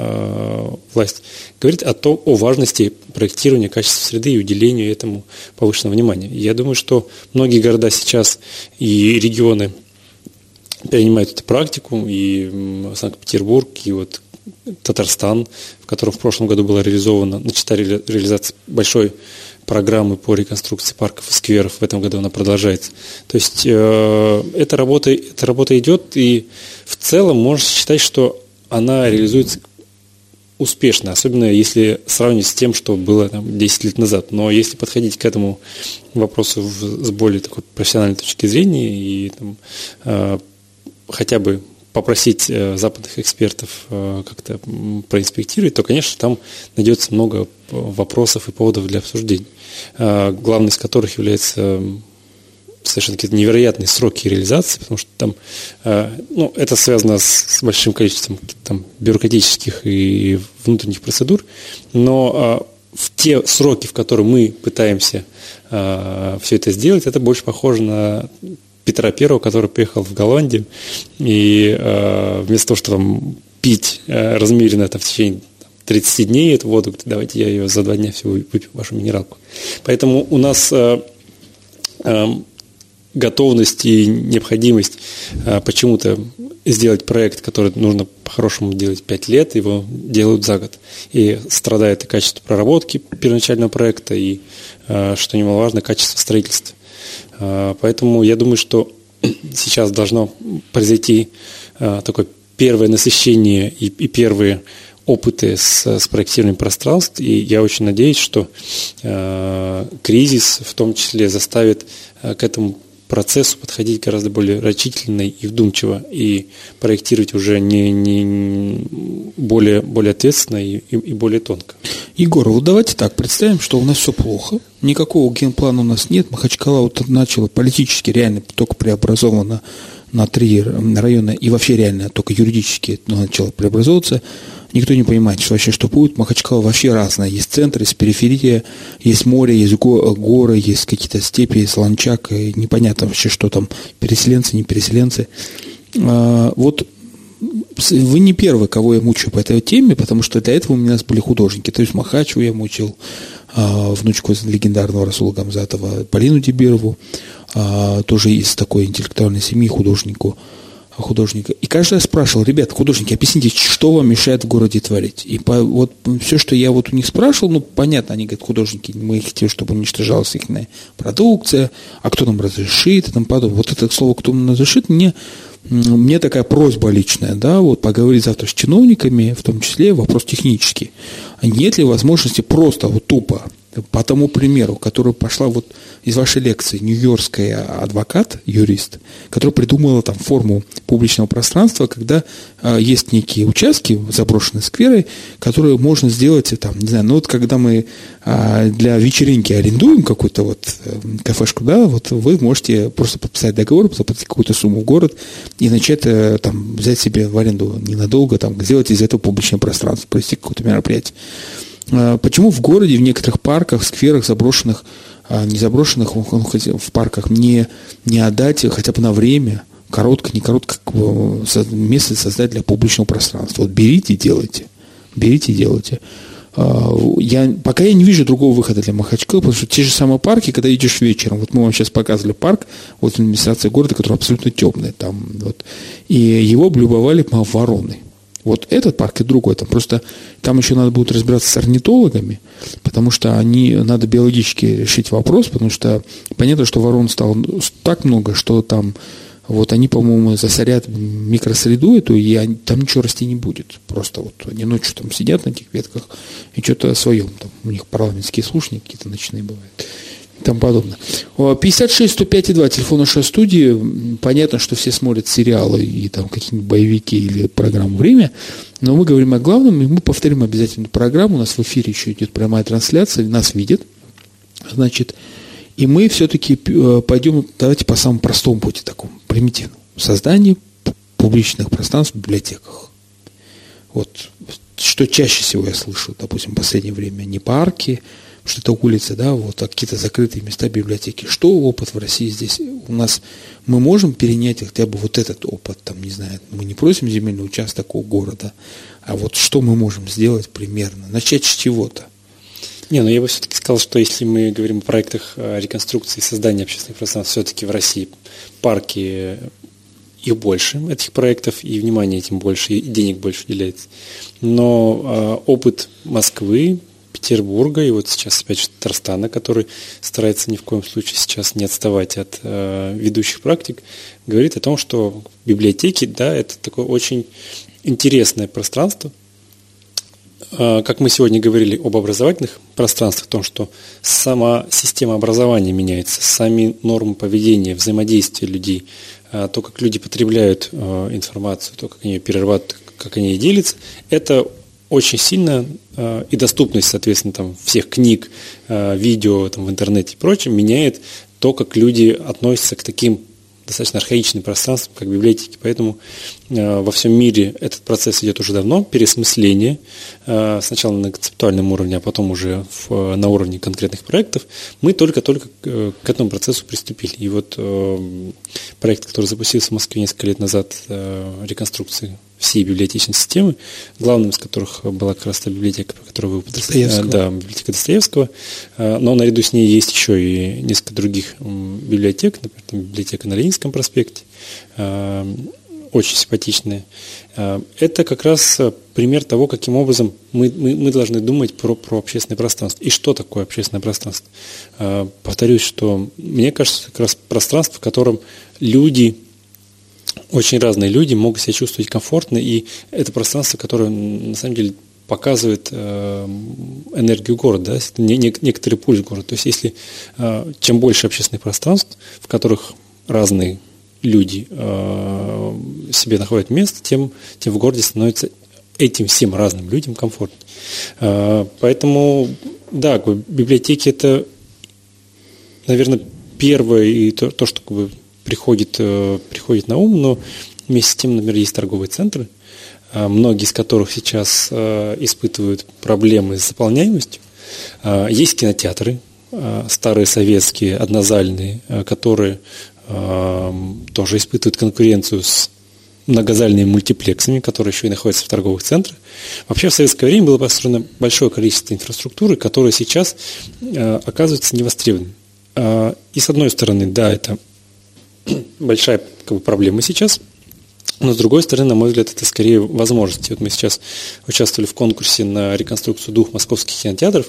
э, власть, говорит о том, о важности проектирования качества среды и уделению этому повышенного внимания. И я думаю, что многие города сейчас и регионы перенимают эту практику, и Санкт-Петербург, и вот Татарстан, в котором в прошлом году была реализована, начата ре, реализация большой программы по реконструкции парков и скверов, в этом году она продолжается. То есть э, эта, работа, эта работа идет, и в целом можно считать, что она реализуется успешно, особенно если сравнивать с тем, что было там, десять лет назад. Но если подходить к этому вопросу в, с более такой профессиональной точки зрения и там, э, хотя бы попросить э, западных экспертов э, как-то проинспектировать, то, конечно, там найдется много вопросов и поводов для обсуждений, э, главный из которых является совершенно какие-то невероятные сроки реализации, потому что там, э, ну, это связано с, с большим количеством там, бюрократических и внутренних процедур, но э, в те сроки, в которые мы пытаемся э, все это сделать, это больше похоже на Петра Первого, который приехал в Голландию, и э, вместо того, что там пить э, размеренно там, в течение тридцать дней эту воду, давайте я ее за два дня все выпью, вашу минералку. Поэтому у нас э, э, готовность и необходимость э, почему-то сделать проект, который нужно по-хорошему делать пять лет, его делают за год. И страдает и качество проработки первоначального проекта, и, э, что немаловажно, качество строительства. Поэтому я думаю, что сейчас должно произойти такое первое насыщение и, и первые опыты с, с проектированием пространств. И я очень надеюсь, что э, кризис в том числе заставит э, к этому процессу подходить гораздо более рачительно и вдумчиво, и проектировать уже не, не более, более ответственно и, и, и более тонко. Егор, вот давайте так представим, что у нас все плохо, никакого генплана у нас нет, Махачкала вот начала политически реально только преобразована на три района, и вообще реально только юридически начала преобразовываться. Никто не понимает, что вообще что будет. Махачкала вообще разная. Есть центр, есть периферия, есть море, есть го- горы, есть какие-то степи, есть ландшафт. И непонятно вообще, что там, переселенцы, не переселенцы. А, вот вы не первый, кого я мучаю по этой теме, потому что до этого у нас были художники. То есть Махачеву я мучил, а, внучку легендарного Расула Гамзатова, Полину Дибирову, а, тоже из такой интеллектуальной семьи художнику. художника. И каждый раз спрашивал: ребят, художники, объясните, что вам мешает в городе творить? И по, вот все, что я вот у них спрашивал, ну, понятно, они говорят, художники, мы хотим, чтобы уничтожалась их продукция, а кто нам разрешит и тому подобное. Вот это слово «кто нам разрешит» мне, мне такая просьба личная, да, вот поговорить завтра с чиновниками, в том числе вопрос технический. Нет ли возможности просто вот тупо, по тому примеру, который пошла вот из вашей лекции, нью-йоркская адвокат, юрист, которая придумала там форму публичного пространства, когда э, есть некие участки, заброшенные скверы, которые можно сделать, там, не знаю, ну вот когда мы э, для вечеринки арендуем какую-то вот э, кафешку, да, вот вы можете просто подписать договор, заплатить какую-то сумму в город и начать э, там взять себе в аренду ненадолго, там, сделать из этого публичное пространство, провести какое-то мероприятие. Почему в городе, в некоторых парках, скверах заброшенных, не заброшенных, в парках не, не отдать хотя бы на время, коротко, не коротко, место создать для публичного пространства? Вот берите и делайте. Берите и делайте. Я, пока я не вижу другого выхода для Махачкалы, потому что те же самые парки, когда идешь вечером, вот мы вам сейчас показывали парк, вот администрация города, который абсолютно темный, там, вот, и его облюбовали вороны. Вот этот парк и другой, там просто там еще надо будет разбираться с орнитологами, потому что они, надо биологически решить вопрос, потому что понятно, что ворон стало так много, что там вот они, по-моему, засорят микросреду эту, и они, там ничего расти не будет. Просто вот они ночью там сидят на этих ветках и что-то своем, там у них парламентские слушания какие-то ночные бывают. И тому подобное. пятьдесят шесть сто пять два, телефон нашей студии. Понятно, что все смотрят сериалы и там какие-нибудь боевики или программу «Время», но мы говорим о главном, и мы повторим обязательно программу. У нас в эфире еще идет прямая трансляция, нас видят. Значит, и мы все-таки пойдем, давайте по самому простому пути, такому примитивному. Создание публичных пространств в библиотеках. Вот, что чаще всего я слышу, допустим, в последнее время, не парки, что это улица, да, вот какие-то закрытые места библиотеки. Что опыт в России здесь? У нас мы можем перенять хотя бы вот этот опыт, там, не знаю, мы не просим земельный участок у города, а вот что мы можем сделать примерно? Начать с чего-то. Не, ну я бы все-таки сказал, что если мы говорим о проектах реконструкции и создания общественных пространств, все-таки в России парки, их больше, этих проектов, и внимания этим больше, и денег больше уделяется. Но э, опыт Москвы, Петербурга и вот сейчас опять же Татарстана, который старается ни в коем случае сейчас не отставать от э, ведущих практик, говорит о том, что библиотеки, да, это такое очень интересное пространство. Э, как мы сегодня говорили об образовательных пространствах, о том, что сама система образования меняется, сами нормы поведения, взаимодействия людей, э, то, как люди потребляют э, информацию, то, как они ее перерабатывают, как они ей делятся, это очень сильно э, и доступность, соответственно, там, всех книг, э, видео там, в интернете и прочем меняет то, как люди относятся к таким достаточно архаичным пространствам, как библиотеки. Поэтому э, во всем мире этот процесс идет уже давно, переосмысление, э, сначала на концептуальном уровне, а потом уже в, на уровне конкретных проектов. Мы только-только к, к этому процессу приступили. И вот э, проект, который запустился в Москве несколько лет назад, э, реконструкции всей библиотечной системы, главным из которых была как раз та библиотека, про которую вы употребляли. Да, библиотека Достоевского. Но наряду с ней есть еще и несколько других библиотек, например, там библиотека на Ленинском проспекте, очень симпатичная. Это как раз пример того, каким образом мы, мы, мы должны думать про, про общественное пространство. И что такое общественное пространство? Повторюсь, что мне кажется, как раз пространство, в котором люди, очень разные люди могут себя чувствовать комфортно, и это пространство, которое на самом деле показывает э, энергию города, да, не, не, некоторый пульс города. То есть если э, чем больше общественных пространств, в которых разные люди э, себе находят место, тем, тем в городе становится этим всем разным людям комфортнее. Э, поэтому, да, библиотеки – это, наверное, первое и то, то что как бы приходит, приходит на ум, но вместе с тем, например, есть торговые центры, многие из которых сейчас испытывают проблемы с заполняемостью. Есть кинотеатры, старые советские, однозальные, которые тоже испытывают конкуренцию с многозальными мультиплексами, которые еще и находятся в торговых центрах. Вообще в советское время было построено большое количество инфраструктуры, которая сейчас оказывается невостребованной. И с одной стороны, да, это большая как бы, проблема сейчас, но с другой стороны, на мой взгляд, это скорее возможности. Вот мы сейчас участвовали в конкурсе на реконструкцию двух московских кинотеатров.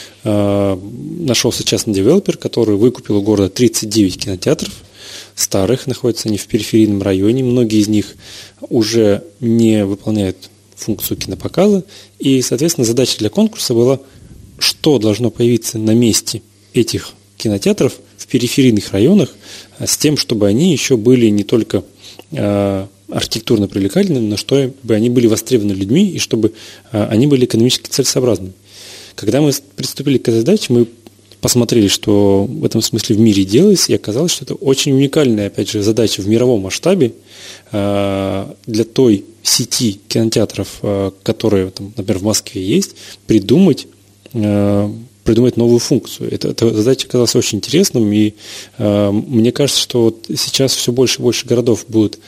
Нашелся частный девелопер, который выкупил у города тридцать девять кинотеатров старых, находятся они в периферийном районе, многие из них уже не выполняют функцию кинопоказа, и, соответственно, задача для конкурса была, что должно появиться на месте этих кинотеатров в периферийных районах, с тем, чтобы они еще были не только э, архитектурно привлекательными, но чтобы они были востребованы людьми и чтобы э, они были экономически целесообразными. Когда мы приступили к этой задаче, мы посмотрели, что в этом смысле в мире делается, и оказалось, что это очень уникальная, опять же, задача в мировом масштабе э, для той сети кинотеатров, э, которые, там, например, в Москве есть, придумать э, придумать новую функцию. Эта, эта задача оказалась очень интересным, и э, мне кажется, что вот сейчас все больше и больше городов будут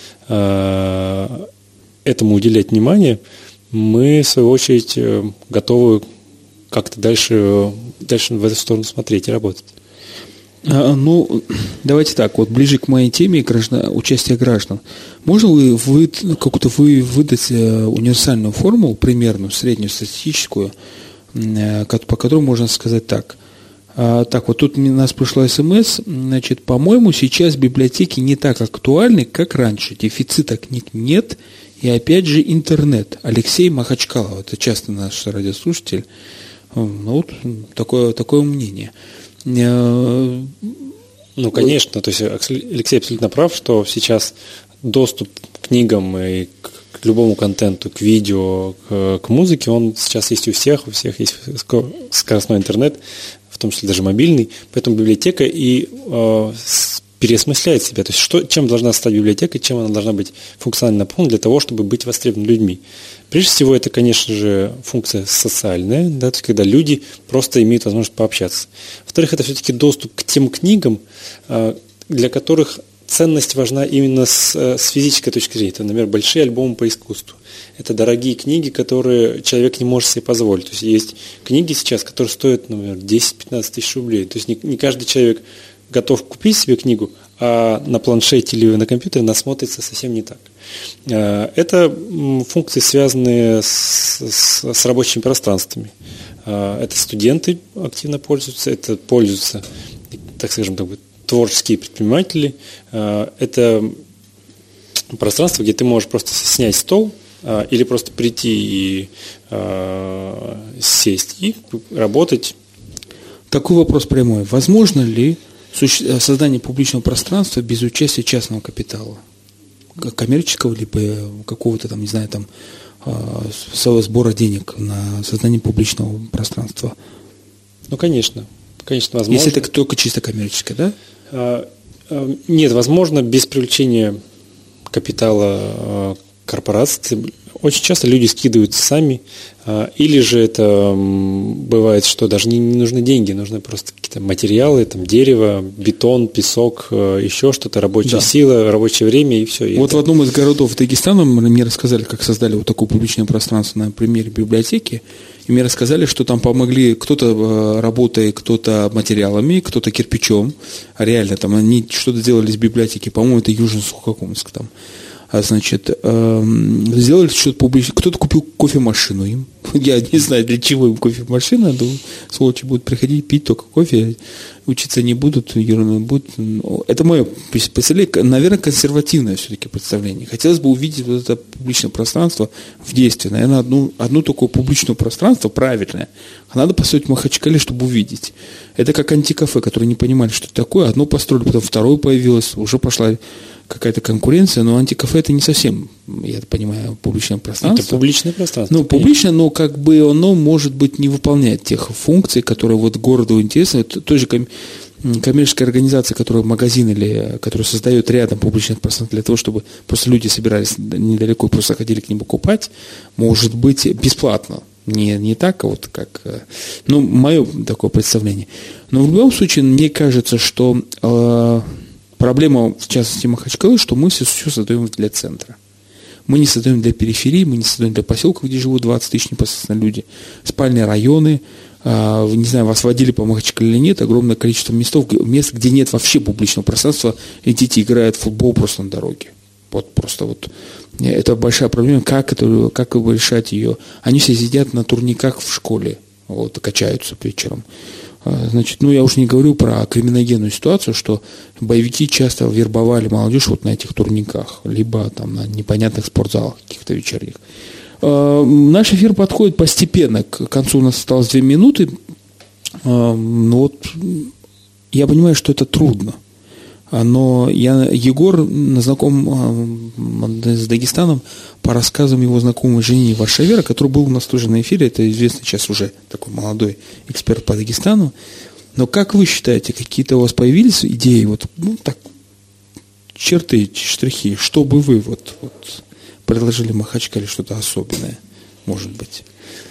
э, этому уделять внимание. Мы, в свою очередь, э, готовы как-то дальше, дальше в эту сторону смотреть и работать. А, ну, давайте так, вот ближе к моей теме граждан, участия граждан. Можно ли вы, как-то вы выдать универсальную формулу, примерную, среднюю, статистическую, по которому можно сказать так. А, так, вот тут у нас пришло смс, значит, по-моему, сейчас библиотеки не так актуальны, как раньше. Дефицита книг нет, и опять же интернет. Алексей Махачкалов, это часто наш радиослушатель. Ну, вот такое, такое мнение. Ну, конечно, то есть Алексей абсолютно прав, что сейчас доступ к книгам и к к любому контенту, к видео, к, к музыке, он сейчас есть у всех, у всех есть скоростной интернет, в том числе даже мобильный, поэтому библиотека и э, переосмысляет себя. То есть, что, чем должна стать библиотека, чем она должна быть функционально наполнена для того, чтобы быть востребована людьми. Прежде всего, это, конечно же, функция социальная, да, то есть, когда люди просто имеют возможность пообщаться. Во-вторых, это все-таки доступ к тем книгам, для которых ценность важна именно с, с физической точки зрения. Это, например, большие альбомы по искусству. Это дорогие книги, которые человек не может себе позволить. То есть, есть книги сейчас, которые стоят, например, десять-пятнадцать тысяч рублей. То есть, не, не каждый человек готов купить себе книгу, а на планшете или на компьютере насмотрится совсем не так. Это функции, связанные с, с, с рабочими пространствами. Это студенты активно пользуются, это пользуются, так скажем, так, творческие предприниматели. Это пространство, где ты можешь просто снять стол или просто прийти и сесть и работать. Такой вопрос прямой. Возможно ли создание публичного пространства без участия частного капитала, коммерческого, либо какого-то там, не знаю, там своего сбора денег на создание публичного пространства? Ну, конечно. Конечно, возможно. Если это только чисто коммерческое, да? А, а, нет, возможно, без привлечения капитала корпораций. Очень часто люди скидываются сами, или же это бывает, что даже не, не нужны деньги, нужны просто какие-то материалы, там, дерево, бетон, песок, еще что-то, рабочая да. сила, рабочее время и все. И вот это... в одном из городов Дагестана мне рассказали, как создали вот такое публичное пространство на примере библиотеки, и мне рассказали, что там помогли кто-то работой, кто-то материалами, кто-то кирпичом, а реально там они что-то делали с библиотеки, по-моему, это Южно-Сухокумск там. А, значит, э, сделали что-то публично. Кто-то купил кофемашину им. Я не знаю, для чего им кофемашина. Но сволочи будут приходить, пить только кофе. Учиться не будут, ерунду будут. Это мое представление, наверное, консервативное все-таки представление. Хотелось бы увидеть вот это публичное пространство в действии. Наверное, одну, одну такое публичное пространство правильное надо построить в Махачкале, чтобы увидеть. Это как антикафе, которые не понимали, что это такое. Одно построили, потом второе появилось, уже пошла какая-то конкуренция, но антикафе это не совсем, я понимаю, публичное пространство. Это публичное пространство. Ну, публичное, но как бы оно, может быть, не выполняет тех функций, которые вот городу интересны. Той же коммерческой организации, которая магазин или которая создает рядом публичное пространство для того, чтобы просто люди собирались недалеко и просто ходили к ним покупать, может быть бесплатно. Не, не так, а вот как, ну, мое такое представление. Но в любом случае, мне кажется, что э, проблема, в частности, Махачкалы, что мы все, все создаем для центра. Мы не создаем для периферии, мы не создаем для поселков, где живут двадцать тысяч непосредственно люди. Спальные районы, э, не знаю, вас водили по Махачкале или нет, огромное количество местов, мест, где нет вообще публичного пространства, и дети играют в футбол просто на дороге. Вот просто вот. Это большая проблема, как, это, как решать ее. Они все сидят на турниках в школе, вот, качаются вечером. Значит, ну я уж не говорю про криминогенную ситуацию, что боевики часто вербовали молодежь вот на этих турниках, либо там на непонятных спортзалах каких-то вечерних. Наш эфир подходит постепенно, к концу у нас осталось две минуты. Ну вот, я понимаю, что это трудно. Но я, Егор знаком с Дагестаном по рассказам его знакомой Жени Варшавера, который был у нас тоже на эфире, это известный сейчас уже такой молодой эксперт по Дагестану. Но как вы считаете, какие-то у вас появились идеи, вот, ну, так, черты, штрихи, чтобы вы вот, вот предложили Махачкале что-то особенное, может быть?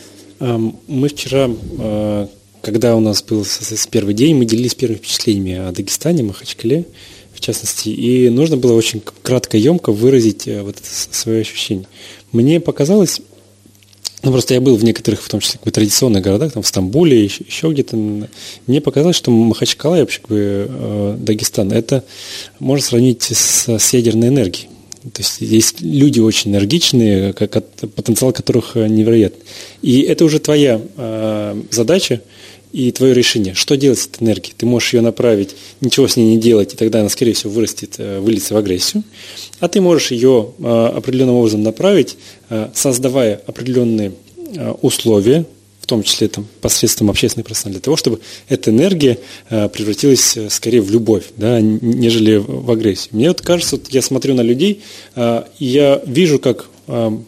Мы вчера, когда у нас был первый день, мы делились первыми впечатлениями о Дагестане, Махачкале, в частности, и нужно было очень кратко и емко выразить вот это свое ощущение. Мне показалось, ну просто я был в некоторых, в том числе, традиционных городах, там в Стамбуле, еще, еще где-то, мне показалось, что Махачкала и вообще как бы, Дагестан, это можно сравнить с, с ядерной энергией. То есть есть люди очень энергичные, как, потенциал которых невероятный. И это уже твоя э, задача и твое решение. Что делать с этой энергией? Ты можешь ее направить, ничего с ней не делать, и тогда она, скорее всего, вырастет, выльется в агрессию. А ты можешь ее э, определенным образом направить, э, создавая определенные э, условия, в том числе там, посредством общественного пространства, для того, чтобы эта энергия э, превратилась э, скорее в любовь, да, нежели в агрессию. Мне вот кажется, вот я смотрю на людей, э, и я вижу, как, э,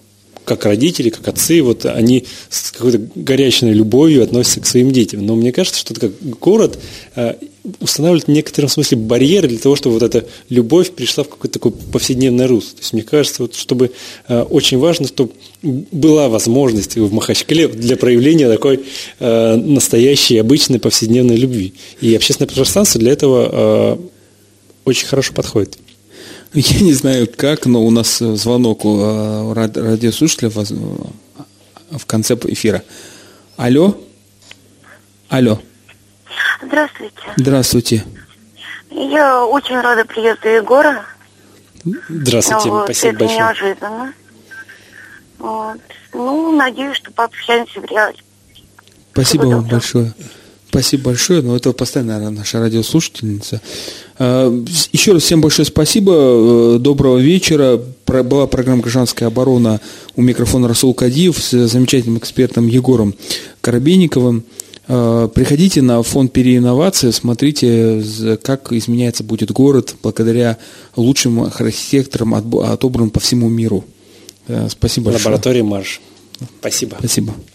как родители, как отцы, вот они с какой-то горячей любовью относятся к своим детям. Но мне кажется, что как город устанавливает в некотором смысле барьеры для того, чтобы вот эта любовь пришла в какое-то такое повседневное русло. То есть мне кажется, вот, чтобы очень важно, чтобы была возможность в Махачкале для проявления такой настоящей, обычной повседневной любви. И общественное пространство для этого очень хорошо подходит. Я не знаю как, но у нас звонок у радиослушателя в конце эфира. Алло? Алло. Здравствуйте. Здравствуйте. Я очень рада приезду Егора. Здравствуйте, вот, спасибо это большое. Неожиданно. Вот. Ну, надеюсь, что пообщаемся в реале. Спасибо вам большое. Спасибо большое. Ну, это постоянно, наверное, наша радиослушательница. Еще раз всем большое спасибо. Доброго вечера. Была программа «Гражданская оборона». У микрофона Расул Кадиев с замечательным экспертом Егором Коробейниковым. Приходите на фонд переинновации, смотрите, как изменяется будет город благодаря лучшим архитекторам, отобранным по всему миру. Спасибо большое. Лаборатория Марш. Спасибо. Спасибо.